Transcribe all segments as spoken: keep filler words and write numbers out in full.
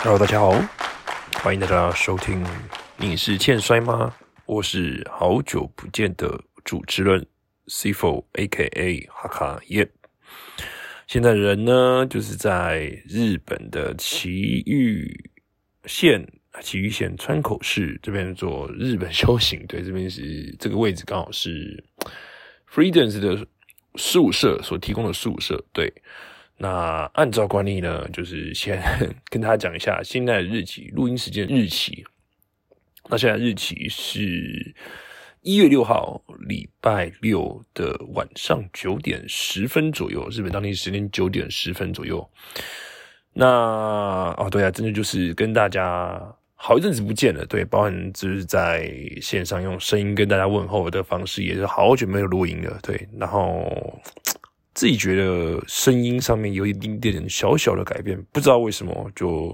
Hello， 大家好，欢迎大家收听。你是欠摔吗？我是好久不见的主持人 C F O A K A 哈卡耶。现在人呢，就是在日本的埼玉县埼玉县川口市这边做日本修行。对，这边是这个位置刚好是 Freedance 的宿舍所提供的宿舍。对。那按照惯例呢，就是先跟大家讲一下现在的日期，录音时间日期。那现在日期是一月六号，礼拜六的晚上九点十分左右，日本当地时间九点十分左右。那哦，对啊，真的就是跟大家好一阵子不见了，对，包含就是在线上用声音跟大家问候的方式，也是好久没有录音了，对，然后。自己觉得声音上面有一丁点小小的改变，不知道为什么就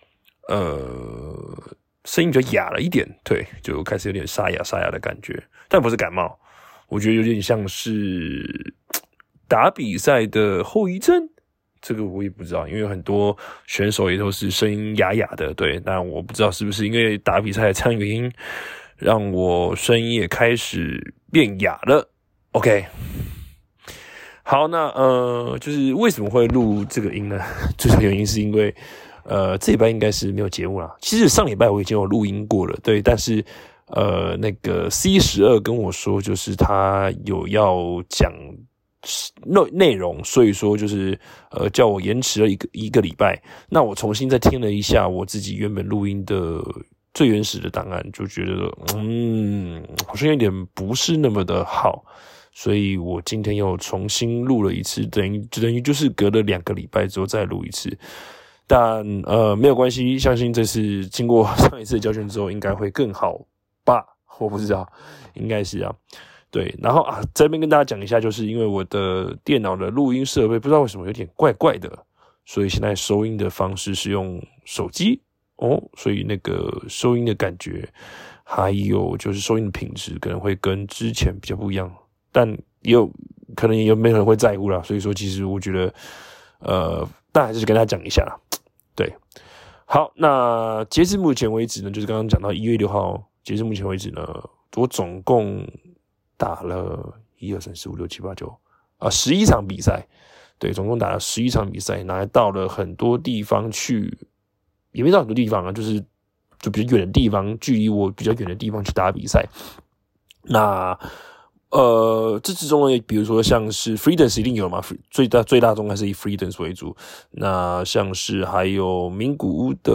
呃声音比较哑了一点，对，就开始有点沙哑沙哑的感觉，但不是感冒，我觉得有点像是打比赛的后遗症，这个我也不知道，因为很多选手也都是声音哑哑的，对，但我不知道是不是因为打比赛的这样原因，让我声音也开始变哑了 ，OK。好，那呃，就是为什么会录这个音呢？最主要原因是因为，呃，这礼拜应该是没有节目啦。其实上礼拜我已经有录音过了，对，但是呃，那个 C 十二跟我说，就是他有要讲内内容，所以说就是呃，叫我延迟了一个一个礼拜。那我重新再听了一下我自己原本录音的最原始的档案，就觉得嗯，好像有点不是那么的好。所以我今天又重新录了一次，等于等于就是隔了两个礼拜之后再录一次，但呃没有关系，相信这次经过上一次的教训之后，应该会更好吧？我不知道，应该是啊。对，然后啊，这边跟大家讲一下，就是因为我的电脑的录音设备不知道为什么有点怪怪的，所以现在收音的方式是用手机哦，所以那个收音的感觉，还有就是收音的品质可能会跟之前比较不一样。但也有可能也有没有人会在乎啦，所以说其实我觉得，呃，但还是跟大家讲一下啦。对，好，那截至目前为止呢，就是刚刚讲到一月六号，截至目前为止呢，我总共打了一二三四五六七八九啊十一场比赛，对，总共打了十一场比赛，拿到了很多地方去，也没到很多地方啊，就是就比较远的地方，距离我比较远的地方去打比赛，那。呃，这之中呢，比如说像是 Freedance 一定有嘛，最大最大宗还是以 Freedance 为主。那像是还有名古屋的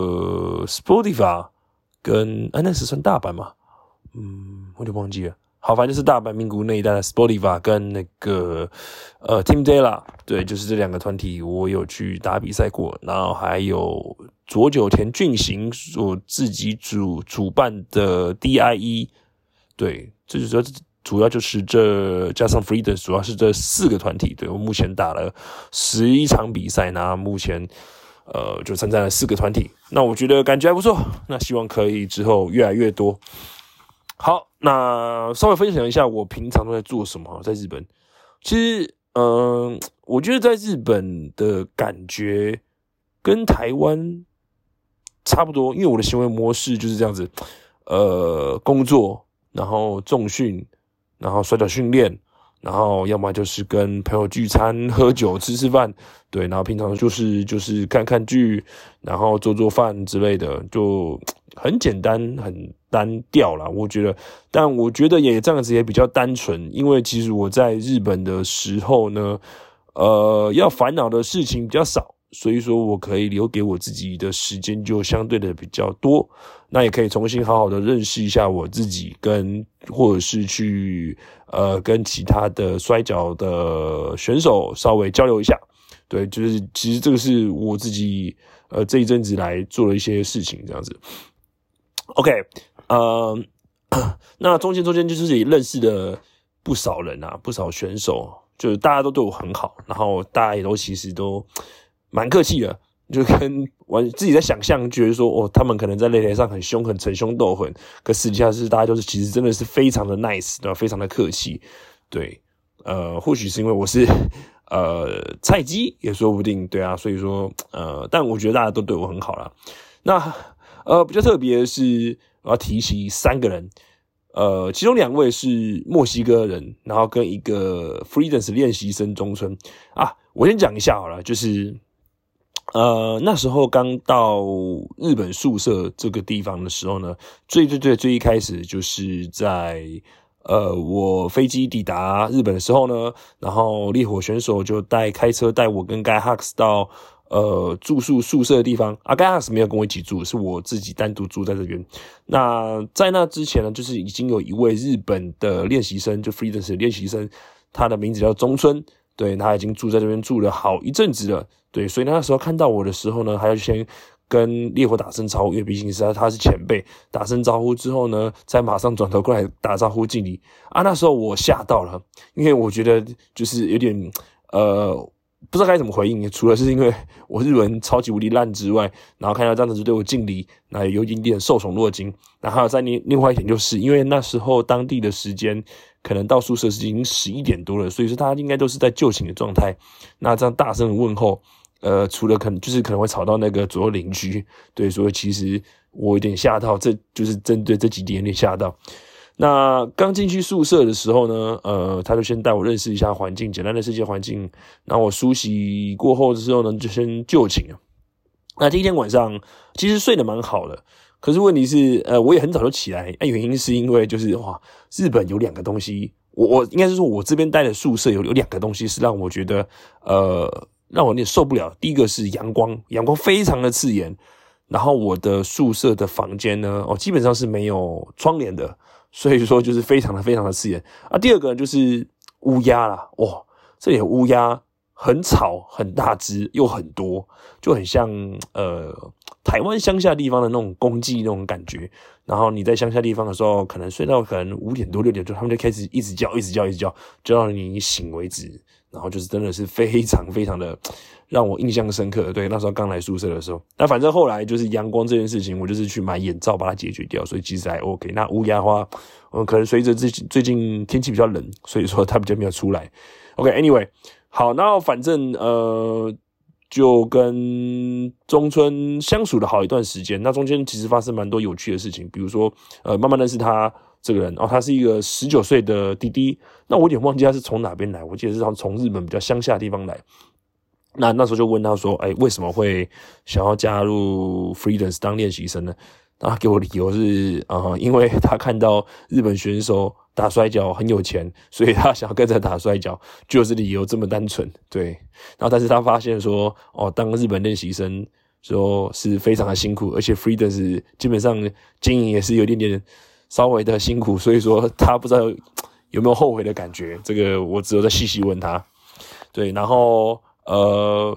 Spotify 跟啊，那是算大阪嘛？嗯，我就忘记了。好，反正就是大阪名古屋那一带的 Spotify 跟那个呃 Team Dela， 对，就是这两个团体，我有去打比赛过。然后还有佐久田俊行所自己主主办的 D I E， 对，这就主要是。主要就是这加上 Freedance， 主要是这四个团体。对，我目前打了十一场比赛，那目前呃就参战了四个团体。那我觉得感觉还不错，那希望可以之后越来越多。好，那稍微分享一下我平常都在做什么。在日本，其实嗯、呃，我觉得在日本的感觉跟台湾差不多，因为我的行为模式就是这样子，呃，工作，然后重训。然后摔跤训练，然后要么就是跟朋友聚餐、喝酒、吃吃饭，对，然后平常就是就是看看剧，然后做做饭之类的，就很简单、很单调啦，我觉得。但我觉得也这样子也比较单纯，因为其实我在日本的时候呢，呃，要烦恼的事情比较少。所以说我可以留给我自己的时间就相对的比较多，那也可以重新好好的认识一下我自己，跟或者是去呃跟其他的摔跤的选手稍微交流一下。对，就是其实这个是我自己呃这一阵子来做了一些事情这样子。OK， 呃，那中间中间就是也认识了不少人啊，不少选手，就是大家都对我很好，然后大家也都其实都。蛮客气的，就跟我自己在想象，觉得说哦，他们可能在擂台上很凶，很逞凶斗狠，可私底下是大家就是其实真的是非常的 nice，对吧？非常的客气，对，呃，或许是因为我是呃菜鸡也说不定，对啊，所以说呃，但我觉得大家都对我很好啦。那呃比较特别的是，我要提起三个人。呃，其中两位是墨西哥人，然后跟一个 Freedance 练习生中村啊。我先讲一下好了，就是呃那时候刚到日本宿舍这个地方的时候呢，最最最最一开始就是在呃我飞机抵达日本的时候呢，然后烈火选手就带开车带我跟 Guy Hux 到呃，住宿宿舍的地方啊 ，Guy 没有跟我一起住，是我自己单独住在这边。那在那之前呢，就是已经有一位日本的练习生，就 Freedance 的练习生，他的名字叫中村，对，他已经住在这边住了好一阵子了，对，所以那时候看到我的时候呢，他就先跟烈火打声招呼，因为毕竟是他是前辈，打声招呼之后呢，再马上转头过来打招呼敬礼啊。那时候我吓到了，因为我觉得就是有点呃。不知道该怎么回应，除了是因为我日文超级无敌烂之外，然后看到这样子对我敬礼，那有一点点受宠若惊。然后还有再另另外一点，就是因为那时候当地的时间可能到宿舍是已经十一点多了，所以说大家应该都是在就寝的状态。那这样大声的问候，呃，除了可能就是可能会吵到那个左右邻居，对，所以其实我有点吓到，这就是针对这几点有点吓到。那刚进去宿舍的时候呢，呃，他就先带我认识一下环境，简单的世界环境。然后我梳洗过后之后呢，就先就寝了。那第一天晚上其实睡得蛮好的，可是问题是，呃，我也很早就起来。那、呃、原因是因为就是哇，日本有两个东西，我我应该是说我这边待的宿舍有有两个东西是让我觉得呃让我有点受不了。第一个是阳光，阳光非常的刺眼。然后我的宿舍的房间呢，哦，基本上是没有窗帘的。所以说就是非常的非常的刺眼啊。第二个就是乌鸦啦，哇，这里的乌鸦很吵，很大只，又很多，就很像呃台湾乡下地方的那种公鸡那种感觉。然后你在乡下地方的时候，可能睡到可能五点多六点钟，他们就开始一直叫，一直叫，一直叫，叫到你醒为止。然后就是真的是非常非常的让我印象深刻。对，那时候刚来宿舍的时候，那反正后来就是阳光这件事情，我就是去买眼罩把它解决掉，所以其实还 OK。那乌鸦的话，嗯，可能随着最最近天气比较冷，所以说它比较没有出来。OK，Anyway，、okay, 好，那反正呃就跟中村相处了好一段时间。那中间其实发生蛮多有趣的事情，比如说呃慢慢认识他。这个人哦，他是一个十九岁的弟弟。那我有点忘记他是从哪边来，我记得是从日本比较乡下的地方来。那那时候就问他说：“哎，为什么会想要加入 Freedance 当练习生呢？”然后他给我理由是，呃，因为他看到日本选手打摔跤很有钱，所以他想要跟着打摔跤，就是理由这么单纯。对，然后但是他发现说，哦，当日本练习生说是非常的辛苦，而且 Freedance 基本上经营也是有一点点。稍微的辛苦，所以说他不知道有没有后悔的感觉，这个我只有再细细问他。对，然后呃，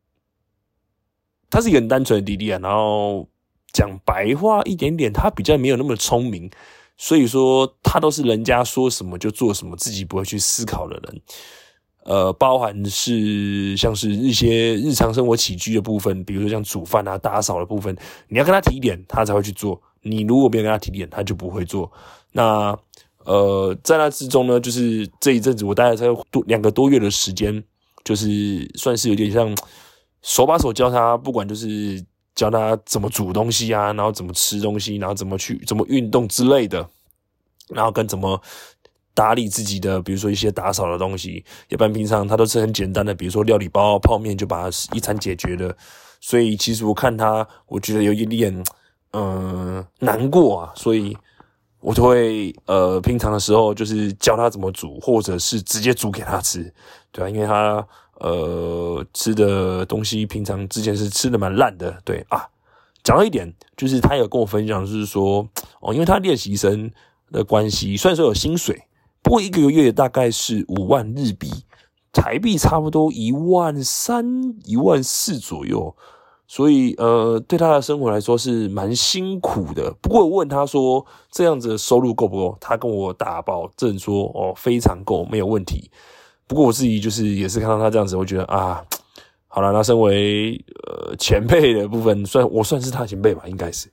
他是一个很单纯的弟弟啊，然后讲白话一点点，他比较没有那么聪明，所以说他都是人家说什么就做什么，自己不会去思考的人。呃，包含是像是一些日常生活起居的部分，比如说像煮饭啊、打扫的部分，你要跟他提点，他才会去做。你如果没有跟他提点，他就不会做。那呃，在那之中呢，就是这一阵子我大概才有多两个多月的时间，就是算是有点像手把手教他，不管就是教他怎么煮东西啊，然后怎么吃东西，然后怎么去怎么运动之类的，然后跟怎么打理自己的，比如说一些打扫的东西。一般平常他都是很简单的，比如说料理包、泡面就把它一餐解决了。所以其实我看他，我觉得有一点。嗯，难过啊，所以我就会呃，平常的时候就是教他怎么煮，或者是直接煮给他吃，对啊，因为他呃吃的东西平常之前是吃的蛮烂的，对啊。讲到一点，就是他有跟我分享，就是说哦，因为他练习生的关系，虽然说有薪水，不过一个月大概是五万日币，台币差不多一万三、一万四左右。所以，呃，对他的生活来说是蛮辛苦的。不过我问他说，这样子的收入够不够？他跟我打保证说，哦，非常够，没有问题。不过我自己就是也是看到他这样子，我觉得啊，好了，那身为呃前辈的部分，算我算是他前辈吧，应该是。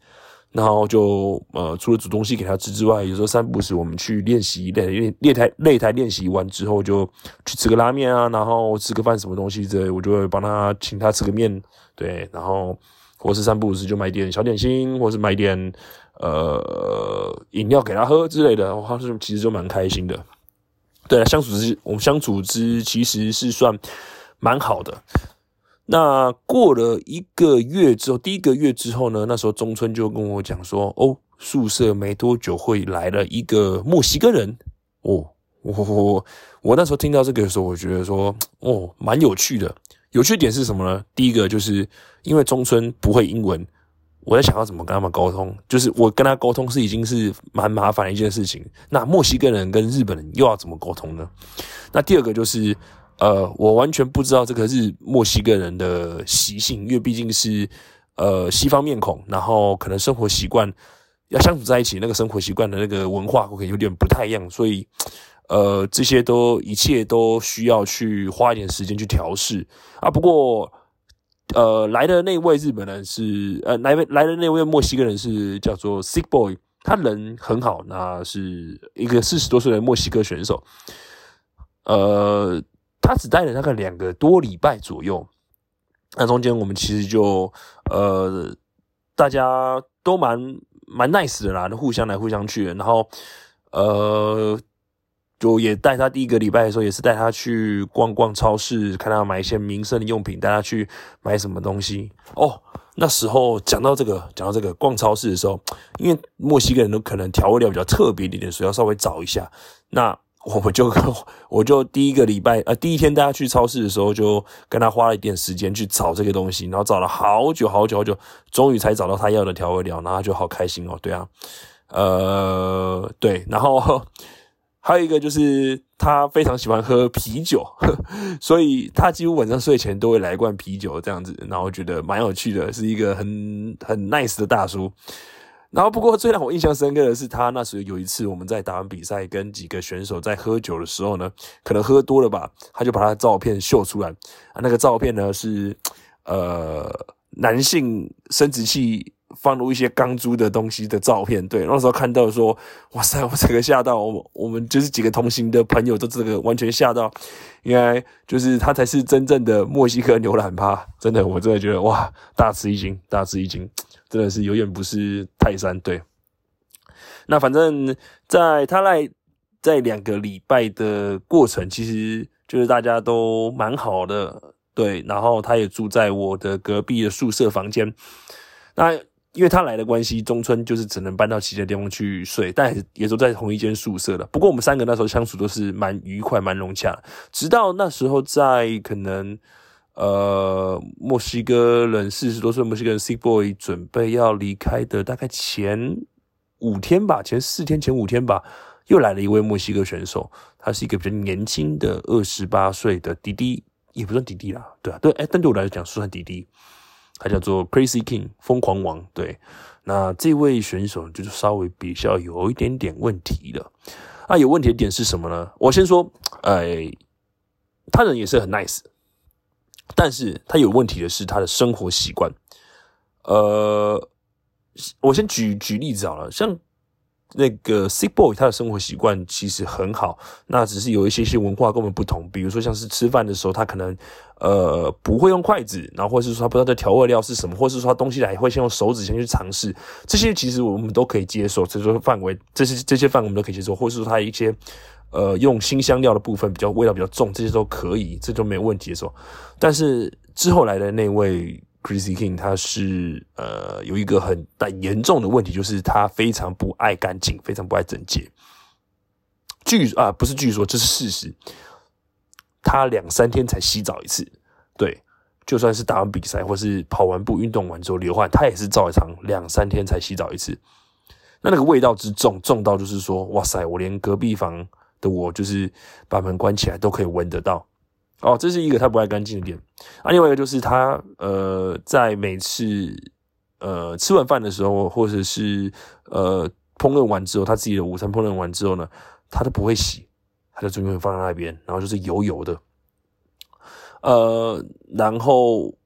然后就呃，除了煮东西给他吃之外，有时候三不时我们去练习擂擂台擂台练习完之后，就去吃个拉面啊，然后吃个饭什么东西之类，我就会帮他请他吃个面，对，然后或是三不五时就买点小点心，或是买点呃饮料给他喝之类的，他是其实就蛮开心的。对，相处之我们相处之其实是算蛮好的。那过了一个月之后，第一个月之后呢，那时候中村就跟我讲说，哦，宿舍没多久会来了一个墨西哥人。哦，我我我那时候听到这个的时候，我觉得说，哦，蛮有趣的。有趣点是什么呢？第一个就是因为中村不会英文，我在想要怎么跟他们沟通，就是我跟他沟通是已经是蛮麻烦的一件事情。那墨西哥人跟日本人又要怎么沟通呢？那第二个就是。呃，我完全不知道这个日墨西哥人的习性，因为毕竟是呃西方面孔，然后可能生活习惯要相处在一起，那个生活习惯的那个文化可能有点不太一样，所以呃这些都一切都需要去花一点时间去调试啊。不过呃来的那位日本人是呃来来的那位墨西哥人是叫做 Sick Boy， 他人很好，那是一个四十多岁的墨西哥选手，呃。他只待了大概两个多礼拜左右，那中间我们其实就呃大家都蛮蛮 nice 的啦，互相来互相去的，然后呃就也带他第一个礼拜的时候，也是带他去逛逛超市，看他买一些民生的用品，带他去买什么东西哦。那时候讲到这个，讲到这个逛超市的时候，因为墨西哥人都可能调味料比较特别一点，所以要稍微找一下。那我们就我就第一个礼拜呃第一天带他去超市的时候，就跟他花了一点时间去找这个东西，然后找了好久好久好久，终于才找到他要的调味料，然后他就好开心哦。对啊，呃对，然后还有一个就是他非常喜欢喝啤酒，所以他几乎晚上睡前都会来一罐啤酒这样子，然后觉得蛮有趣的，是一个很很 nice 的大叔。然后不过最让我印象深刻的是，他那时候有一次我们在打完比赛，跟几个选手在喝酒的时候呢，可能喝多了吧，他就把他的照片秀出来啊，那个照片呢是呃男性生殖器放入一些钢珠的东西的照片。对，那时候看到说，哇塞，我整个吓到，我们我们就是几个同行的朋友都这个完全吓到，原来就是他才是真正的墨西哥牛栏趴，真的，我真的觉得哇，大吃一惊，大吃一惊。真的是有点不是泰山。对，那反正在他来在两个礼拜的过程，其实就是大家都蛮好的，对，然后他也住在我的隔壁的宿舍房间。那因为他来的关系，中村就是只能搬到其他地方去睡，但也都在同一间宿舍了。不过我们三个那时候相处都是蛮愉快、蛮融洽的，直到那时候在可能。呃，墨西哥人四十多岁，墨西哥人 Sick Boy 准备要离开的大概前五天吧，前四天前五天吧，又来了一位墨西哥选手，他是一个比较年轻的二十八岁的弟弟，也不算弟弟啦，对啊，对，哎，但对我来讲算弟弟，他叫做 Crazy King 疯狂王，对，那这位选手就是稍微比较有一点点问题了。那有问题的点是什么呢？我先说，哎，他人也是很 nice。但是他有问题的是他的生活习惯，呃，我先举举例子好了，像那个 Sick Boy 他的生活习惯其实很好，那只是有一些些文化跟我们不同，比如说像是吃饭的时候他可能呃不会用筷子，然后或是说他不知道这调味料是什么，或是说他东西来会先用手指先去尝试，这些其实我们都可以接受，这些范围这些这些范围我们都可以接受，或是说他一些呃，用新香料的部分比较味道比较重，这些都可以，这都没有问题的时候。但是之后来的那位 Crazy King， 他是呃有一个很大严重的问题，就是他非常不爱干净，非常不爱整洁。据啊不是据说，这是事实。他两三天才洗澡一次，对，就算是打完比赛或是跑完步运动完之后流汗，他也是照常两三天才洗澡一次。那那个味道之重，重到就是说，哇塞，我连隔壁房的我就是把门关起来都可以闻得到哦，这是一个他不爱干净的点啊。另外一个就是他呃，在每次呃吃完饭的时候，或者是呃烹饪完之后，他自己的午餐烹饪完之后呢，他都不会洗，他就永远放在那边，然后就是油油的。呃，然后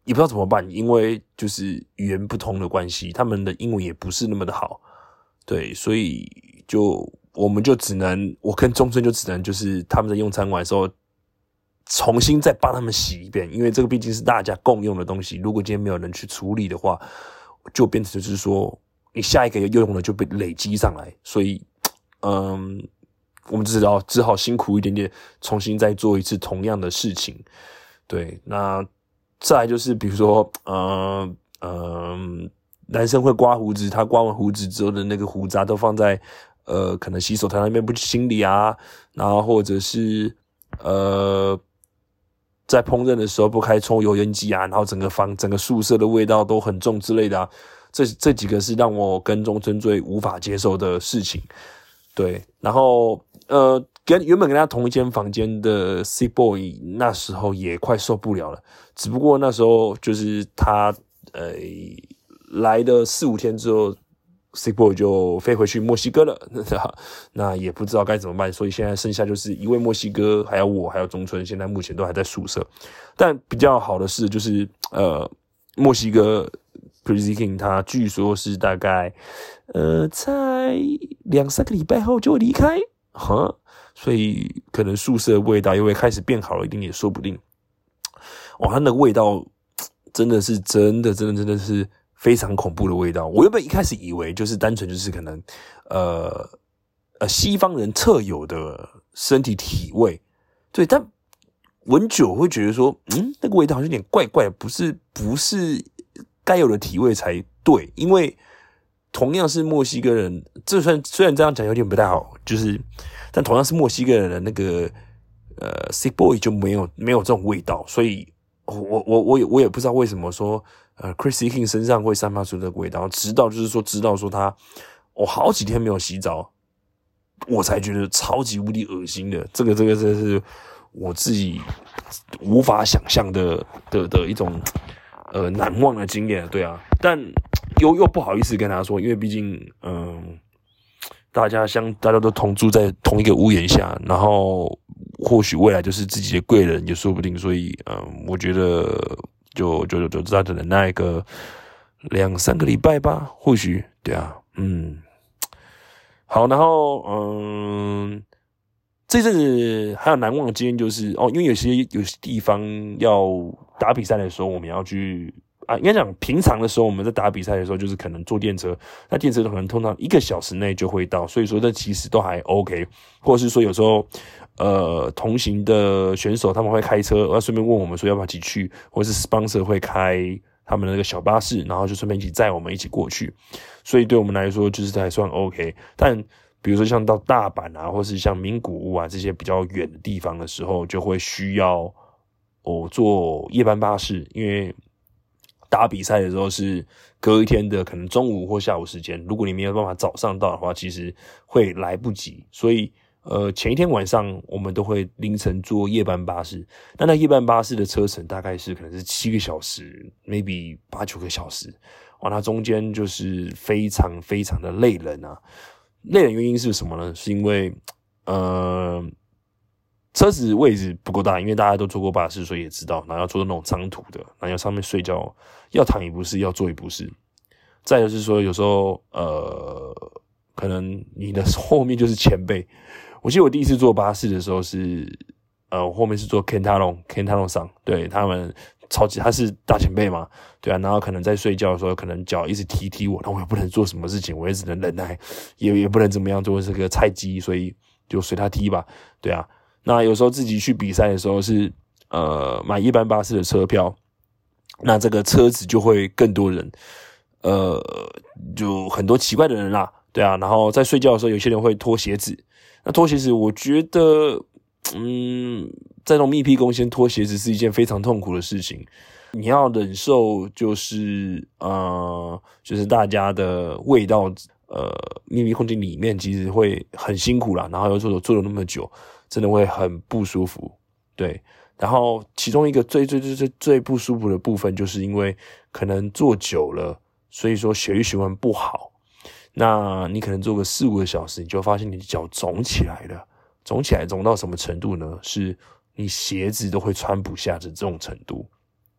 也不知道怎么办，因为就是语言不通的关系，他们的英文也不是那么的好，对，所以就我们就只能，我跟中村就只能就是他们在用餐完的时候，重新再帮他们洗一遍，因为这个毕竟是大家共用的东西，如果今天没有人去处理的话，就变成就是说，你下一个又用的就被累积上来，所以，嗯，我们只好只好辛苦一点点，重新再做一次同样的事情，对，那。再来就是比如说，呃呃，男生会刮胡子，他刮完胡子之后的那个胡渣都放在呃可能洗手台那边不去清理啊，然后或者是呃在烹饪的时候不开抽油烟机啊，然后整个房整个宿舍的味道都很重之类的啊，这这几个是让我跟中村最无法接受的事情。对，然后呃。跟原本跟他同一间房间的 Sick Boy 那时候也快受不了了，只不过那时候就是他呃来的四五天之后 ，Sick Boy 就飞回去墨西哥了，那也不知道该怎么办，所以现在剩下就是一位墨西哥，还有我，还有中村，现在目前都还在宿舍。但比较好的是，就是呃墨西哥 Crazy King 他据说是大概呃在两三个礼拜后就会离开，哈。所以可能宿舍的味道又会开始变好了，一定也说不定。哇，它那个味道真的是真的真的真的是非常恐怖的味道。我原本一开始以为就是单纯就是可能呃呃西方人特有的身体体味，对，但闻久会觉得说，嗯，那个味道好像有点怪怪，不是不是该有的体味才对，因为同样是墨西哥人，这算虽然这样讲有点不太好，就是。但同样是墨西哥人的那个呃 Sick Boy 就没有没有这种味道，所以我我我也我也不知道为什么说呃 Crazy King 身上会散发出这个味道，直到就是说知道说他我好几天没有洗澡，我才觉得超级无敌恶心的，这个这个真的是我自己无法想象的的的一种呃难忘的经验，对啊，但又又不好意思跟他说，因为毕竟嗯。呃大家相，大家都同住在同一个屋檐下，然后或许未来就是自己的贵人也说不定，所以，嗯，我觉得就就就再等那一个两三个礼拜吧，或许，对啊，嗯，好，然后，嗯，这阵子还有难忘的经验就是哦，因为有些有些地方要打比赛的时候，我们要去。啊，应该讲平常的时候，我们在打比赛的时候，就是可能坐电车，那电车可能通常一个小时内就会到，所以说这其实都还 OK， 或者是说有时候，呃，同行的选手他们会开车，要顺便问我们说要不要一起去，或者是 sponsor 会开他们的那个小巴士，然后就顺便一起载我们一起过去，所以对我们来说就是还算 OK， 但比如说像到大阪啊，或是像名古屋啊这些比较远的地方的时候，就会需要我坐夜班巴士，因为打比赛的时候是隔一天的可能中午或下午时间，如果你没有办法早上到的话，其实会来不及，所以呃前一天晚上我们都会凌晨坐夜班巴士，那那夜班巴士的车程大概是可能是七个小时 maybe 八九个小时，哇，那中间就是非常非常的累人啊。累人原因是什么呢？是因为呃车子位置不够大，因为大家都坐过巴士，所以也知道，然后要坐那种长途的，然后要上面睡觉，要躺也不是，要坐也不是。再就是说，有时候呃，可能你的后面就是前辈。我记得我第一次坐巴士的时候是，呃，我后面是坐 Kentaro Kentaro 上，对他们超级他是大前辈嘛，对啊，然后可能在睡觉的时候，可能脚一直踢踢我，那我也不能做什么事情，我也只能忍耐，也也不能怎么样做这个菜鸡，所以就随他踢吧，对啊。那有时候自己去比赛的时候是呃买一般巴士的车票，那这个车子就会更多人，呃，就很多奇怪的人啦，对啊。然后在睡觉的时候，有些人会脱鞋子，那脱鞋子我觉得，嗯，在这种密闭空间脱鞋子是一件非常痛苦的事情，你要忍受就是呃就是大家的味道，呃密闭空间里面其实会很辛苦啦，然后又坐坐了那么久。真的会很不舒服，对。然后其中一个最最最最最不舒服的部分，就是因为可能坐久了，所以说血液循环不好。那你可能坐个四五个小时，你就发现你的脚肿起来了，肿起来肿到什么程度呢？是你鞋子都会穿不下的这种程度。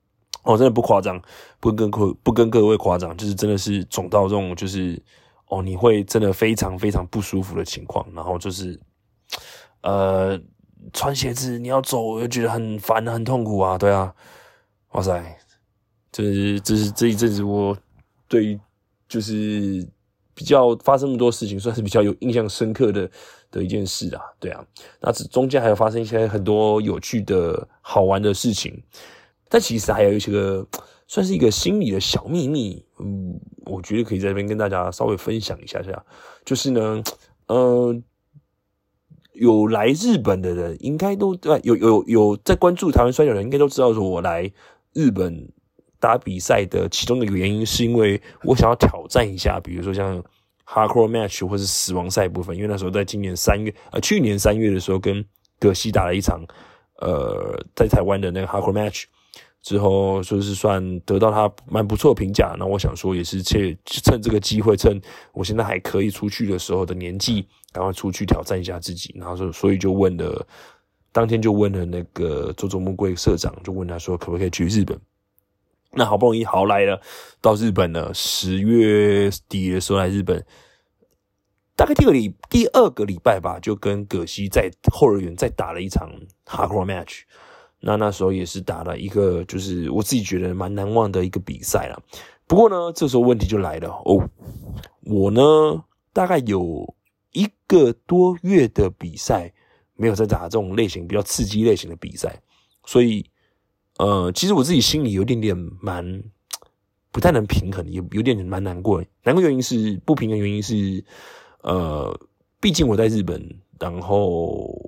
哦，真的不夸张，不跟各不跟各位夸张，就是真的是肿到这种就是哦，你会真的非常非常不舒服的情况，然后就是呃穿鞋子你要走，我就觉得很烦很痛苦啊，对啊，哇塞，这是这是这一阵子我对于就是比较发生那么多事情，算是比较有印象深刻的的一件事啊，对啊，那中间还有发生一些很多有趣的好玩的事情。但其实还有一些个算是一个心理的小秘密，嗯，我觉得可以在这边跟大家稍微分享一下下。就是呢，呃，有来日本的人应该都有有有在关注台湾摔跤的人应该都知道，说我来日本打比赛的其中的一个原因，是因为我想要挑战一下，比如说像 Hardcore Match 或是死亡赛部分，因为那时候在今年三月，呃，去年三月的时候跟葛西打了一场，呃，在台湾的那个 Hardcore Match。之后就是算得到他蛮不错的评价，那我想说也是趁趁这个机会，趁我现在还可以出去的时候的年纪，赶快出去挑战一下自己。然后所以就问了，当天就问了那个佐佐木贵社长，就问他说可不可以去日本。那好不容易好来了，到日本了，十月底的时候来日本，大概第二个礼第二个礼拜吧，就跟葛西在后乐园再打了一场 Hardcore Match。那那时候也是打了一个，就是我自己觉得蛮难忘的一个比赛啦。不过呢，这时候问题就来了哦，我呢大概有一个多月的比赛没有在打这种类型比较刺激类型的比赛，所以呃，其实我自己心里有点点蛮不太能平衡，也有点点蛮难过的。难过原因是不平衡原因是呃，毕竟我在日本，然后。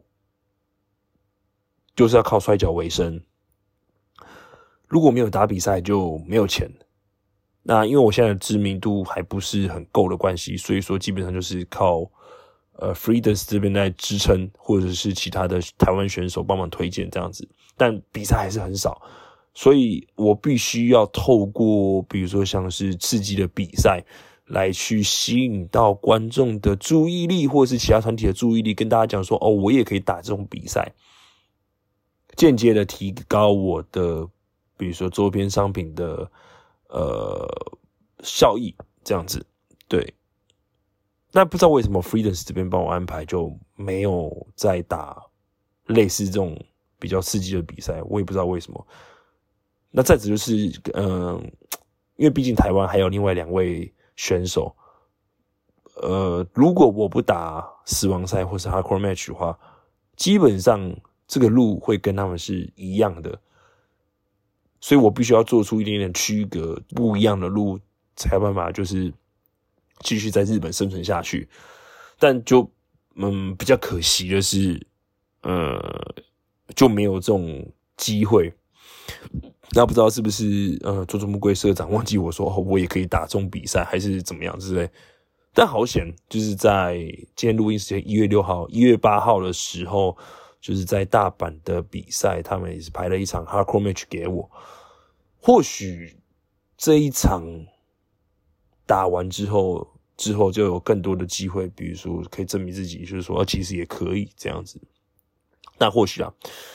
就是要靠摔跤为生，如果没有打比赛就没有钱。那因为我现在的知名度还不是很够的关系，所以说基本上就是靠呃 Freedance 这边来支撑，或者是其他的台湾选手帮忙推荐这样子。但比赛还是很少，所以我必须要透过比如说像是刺激的比赛来去吸引到观众的注意力，或者是其他团体的注意力，跟大家讲说哦，我也可以打这种比赛。间接的提高我的，比如说周边商品的呃效益，这样子，对。那不知道为什么 Freedance 这边帮我安排就没有再打类似这种比较刺激的比赛，我也不知道为什么。那再者就是，嗯、呃，因为毕竟台湾还有另外两位选手，呃，如果我不打死亡赛或是 Hardcore Match 的话，基本上。这个路会跟他们是一样的，所以我必须要做出一点点区隔，不一样的路才有办法就是继续在日本生存下去。但就嗯比较可惜的是，呃就没有这种机会。那不知道是不是呃佐佐木贵社长忘记我说、哦、我也可以打这种比赛，还是怎么样之类。但好险，就是在今天录音时间一月六号、一月八号的时候。就是在大阪的比赛，他们也是排了一场 Hardcore Match 给我。或许这一场打完之后，之后就有更多的机会，比如说可以证明自己，就是说其实也可以这样子。那或许啊，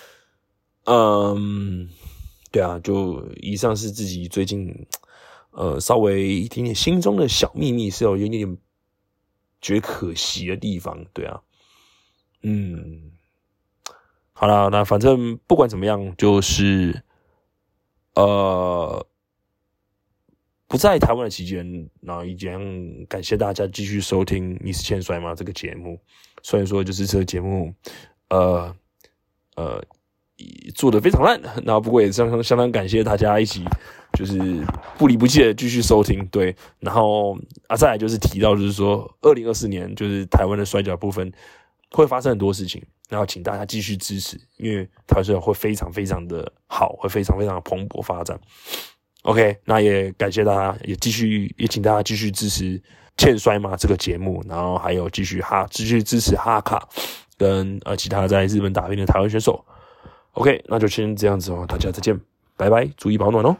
嗯，对啊，就以上是自己最近呃稍微一点点心中的小秘密，是有一点点觉得可惜的地方，对啊，嗯。好啦，那反正不管怎么样，就是呃，不在台湾的期间，那一样感谢大家继续收听《你是欠摔吗》这个节目。虽然说就是这个节目，呃呃做得非常烂，那不过也相当相当感谢大家一起就是不离不弃的继续收听。对，然后啊再来就是提到就是说，二零二四年就是台湾的摔跤部分会发生很多事情。然后请大家继续支持，因为台湾摔跤会非常非常的好，会非常非常的蓬勃发展。OK， 那也感谢大家，也继续也请大家继续支持《欠摔吗》这个节目，然后还有继续哈继续支持哈卡跟呃其他在日本打拼的台湾选手。OK， 那就先这样子哦，大家再见，拜拜，注意保暖哦。